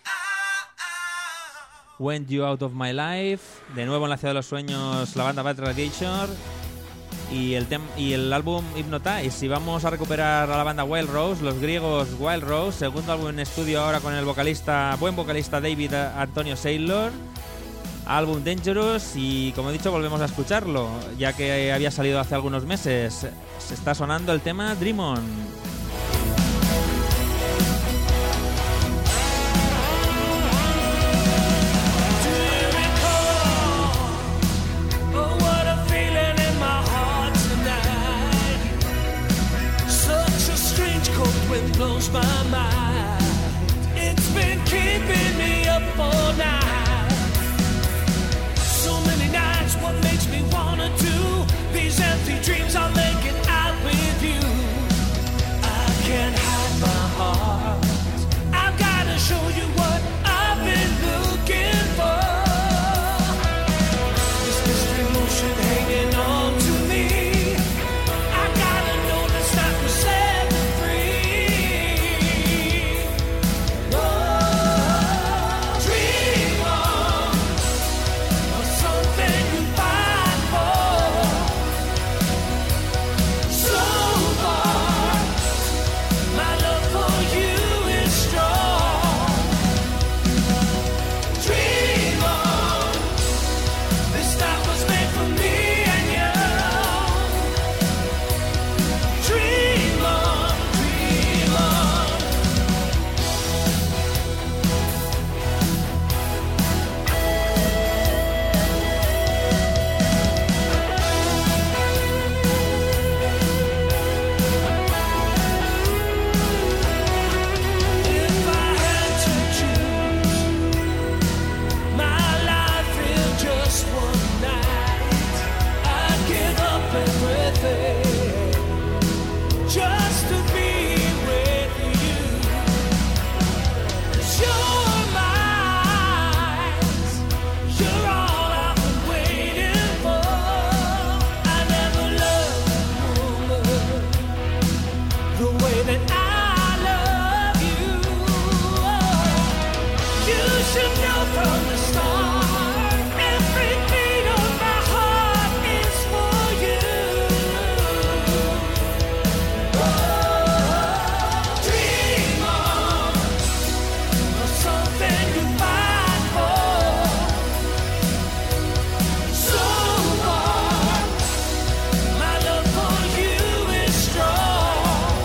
Went You Out of My Life. De nuevo en la ciudad de los sueños, la banda Bad Radiator. Y el, tem- y el álbum Hypnotize. Y vamos a recuperar a la banda Wild Rose, los griegos Wild Rose. Segundo álbum en estudio ahora con el vocalista, buen vocalista David Antonio Saylor. Álbum Dangerous. Y como he dicho, volvemos a escucharlo, ya que había salido hace algunos meses. Se está sonando el tema Dream On. Oh, what a feeling in my heart tonight. Such a strange cold wind blows my mind. It's been keeping me up all night. So many nights, what makes me wanna do These empty dreams I'm making out with you. I can't hide my heart. I've gotta show you what I've been looking for. This mystery motion hanging on to me. I gotta know that's not to set me free. Oh, dream on of something you fight for. So far, my love for you is strong. Dream on, this night was made for me and you. Dream on, dream on. If I had to choose my life in just one night, I'd give up everything just to be with you. 'Cause you're mine, you're all I've been waiting for. I never loved a woman the way that I love you. You should know from the start, every beat of my heart is for you. Dream on of something you fight for. So far, my love for you is strong.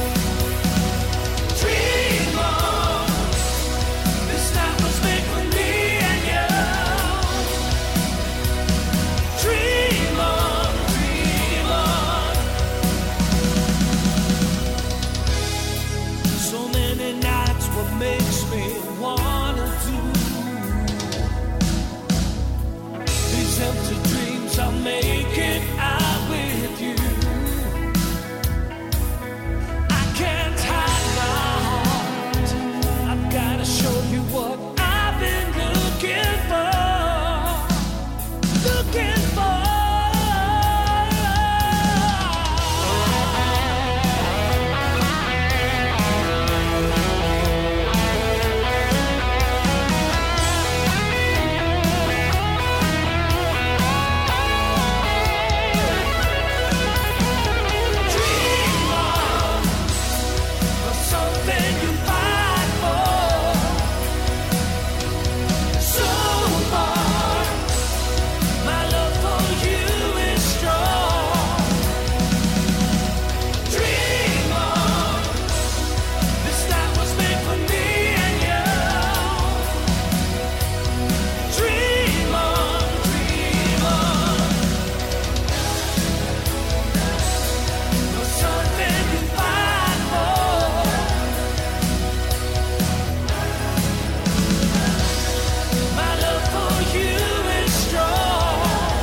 Dream on, this night was made for me and you. Dream on, dream on. So many nights, what makes me wanna do these empty dreams I'm making out with you. I can't hide my heart. I've gotta show you what I've been looking for. Looking for. Dream on of something you fight for. So far, my love for you is strong. Dream on, this night was made for me and you. Dream on, dream on. Of something you fight for. My love for you is strong.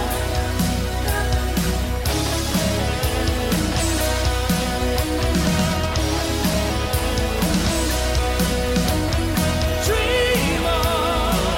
Dream on.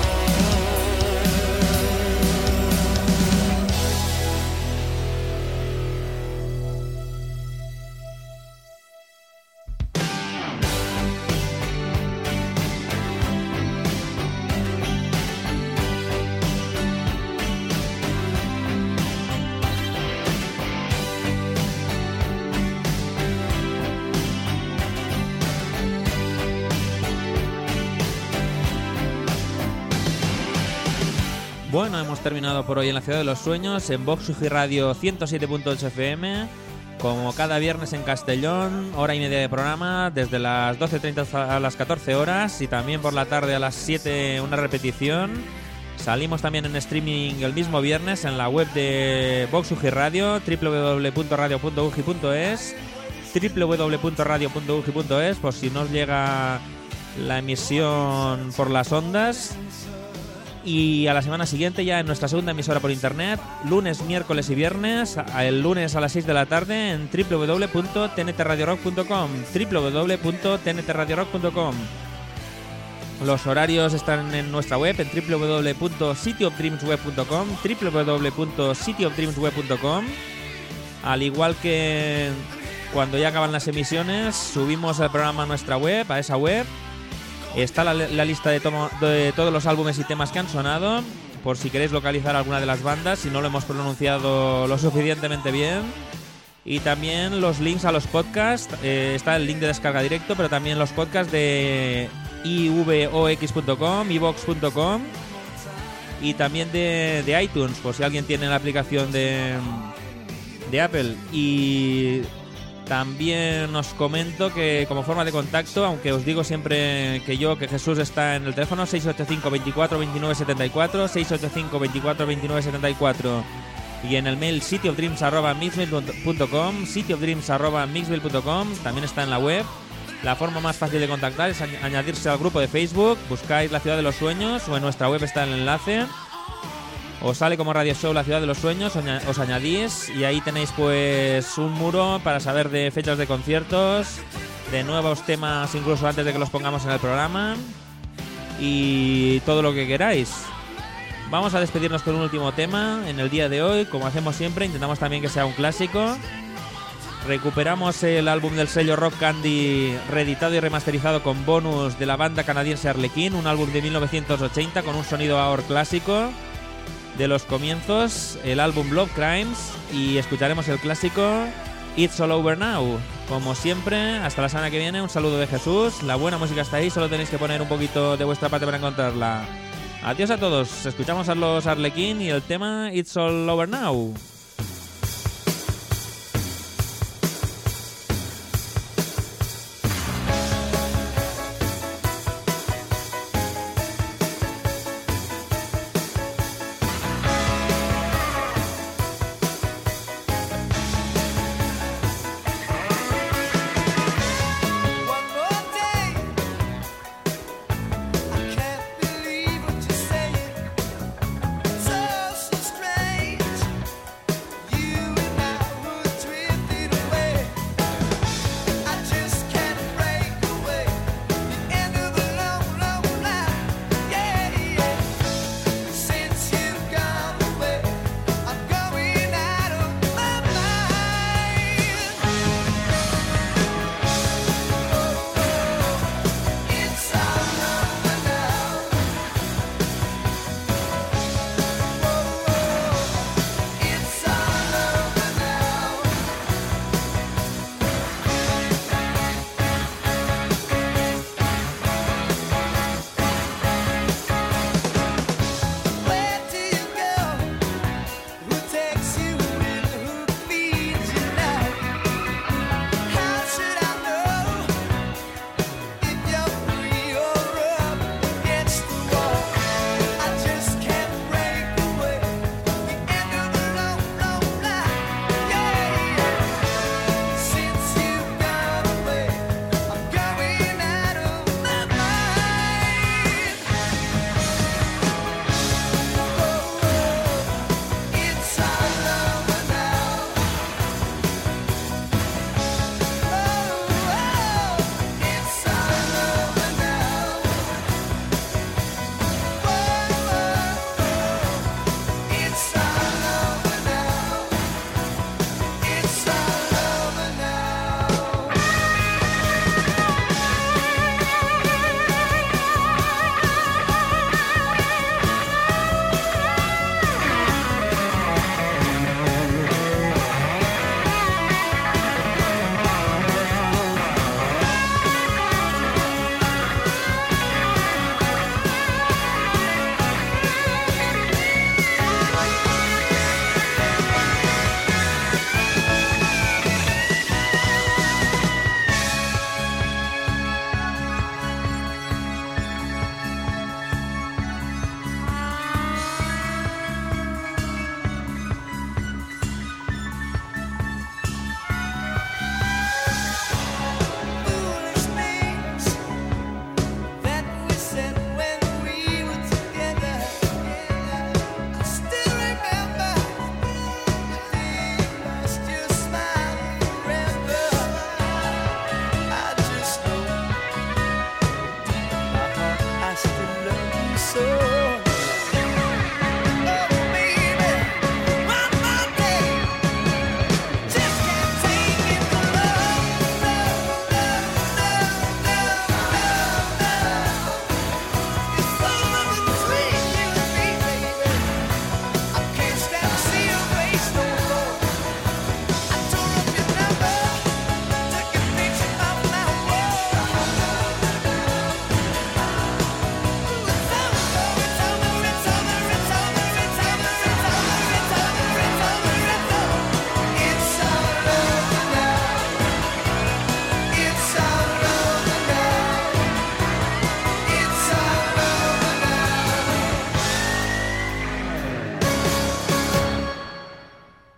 Bueno, hemos terminado por hoy en la Ciudad de los Sueños, en Vox U G I Radio ciento siete punto ocho F M, como cada viernes en Castellón, hora y media de programa, desde las doce treinta a las catorce horas, y también por la tarde a las siete una repetición. Salimos también en streaming el mismo viernes en la web de Vox U G I Radio, w w w punto radio punto u g i punto es, w w w punto radio punto u g i punto es, por si no os llega la emisión por las ondas. Y a la semana siguiente ya en nuestra segunda emisora por internet, lunes, miércoles y viernes, el lunes a las seis de la tarde en w w w punto t n t radio rock punto com, w w w punto t n t radio rock punto com. Los horarios están en nuestra web en w w w punto city of dreams web punto com, w w w punto city of dreams web punto com. Al igual que cuando ya acaban las emisiones, subimos el programa a nuestra web, a esa web. Está la, la lista de, tomo, de todos los álbumes y temas que han sonado, por si queréis localizar alguna de las bandas, si no lo hemos pronunciado lo suficientemente bien. Y también los links a los podcasts, eh, está el link de descarga directo, pero también los podcasts de i v o x punto com, i vox punto com y también de, de iTunes, por si alguien tiene la aplicación de, de Apple. Y también os comento que como forma de contacto, aunque os digo siempre que yo, que Jesús está en el teléfono seis ocho cinco, veinticuatro, veintinueve, setenta y cuatro, seis ocho cinco, veinticuatro, veintinueve, setenta y cuatro, y en el mail city of dreams arroba mixmail punto com, city of dreams arroba mixmail punto com, también está en la web. La forma más fácil de contactar es añadirse al grupo de Facebook, buscáis La Ciudad de los Sueños o en nuestra web está el enlace. Os sale como Radio Show La Ciudad de los Sueños, os añadís y ahí tenéis pues un muro para saber de fechas de conciertos, de nuevos temas incluso antes de que los pongamos en el programa y todo lo que queráis. Vamos a despedirnos con un último tema en el día de hoy, como hacemos siempre, intentamos también que sea un clásico. Recuperamos el álbum del sello Rock Candy reeditado y remasterizado con bonus de la banda canadiense Arlequín, un álbum de mil novecientos ochenta con un sonido ahora clásico de los comienzos, el álbum Love Crimes, y escucharemos el clásico It's All Over Now. Como siempre, hasta la semana que viene, un saludo de Jesús. La buena música está ahí, solo tenéis que poner un poquito de vuestra parte para encontrarla. Adiós a todos, escuchamos a los Arlequín y el tema It's All Over Now.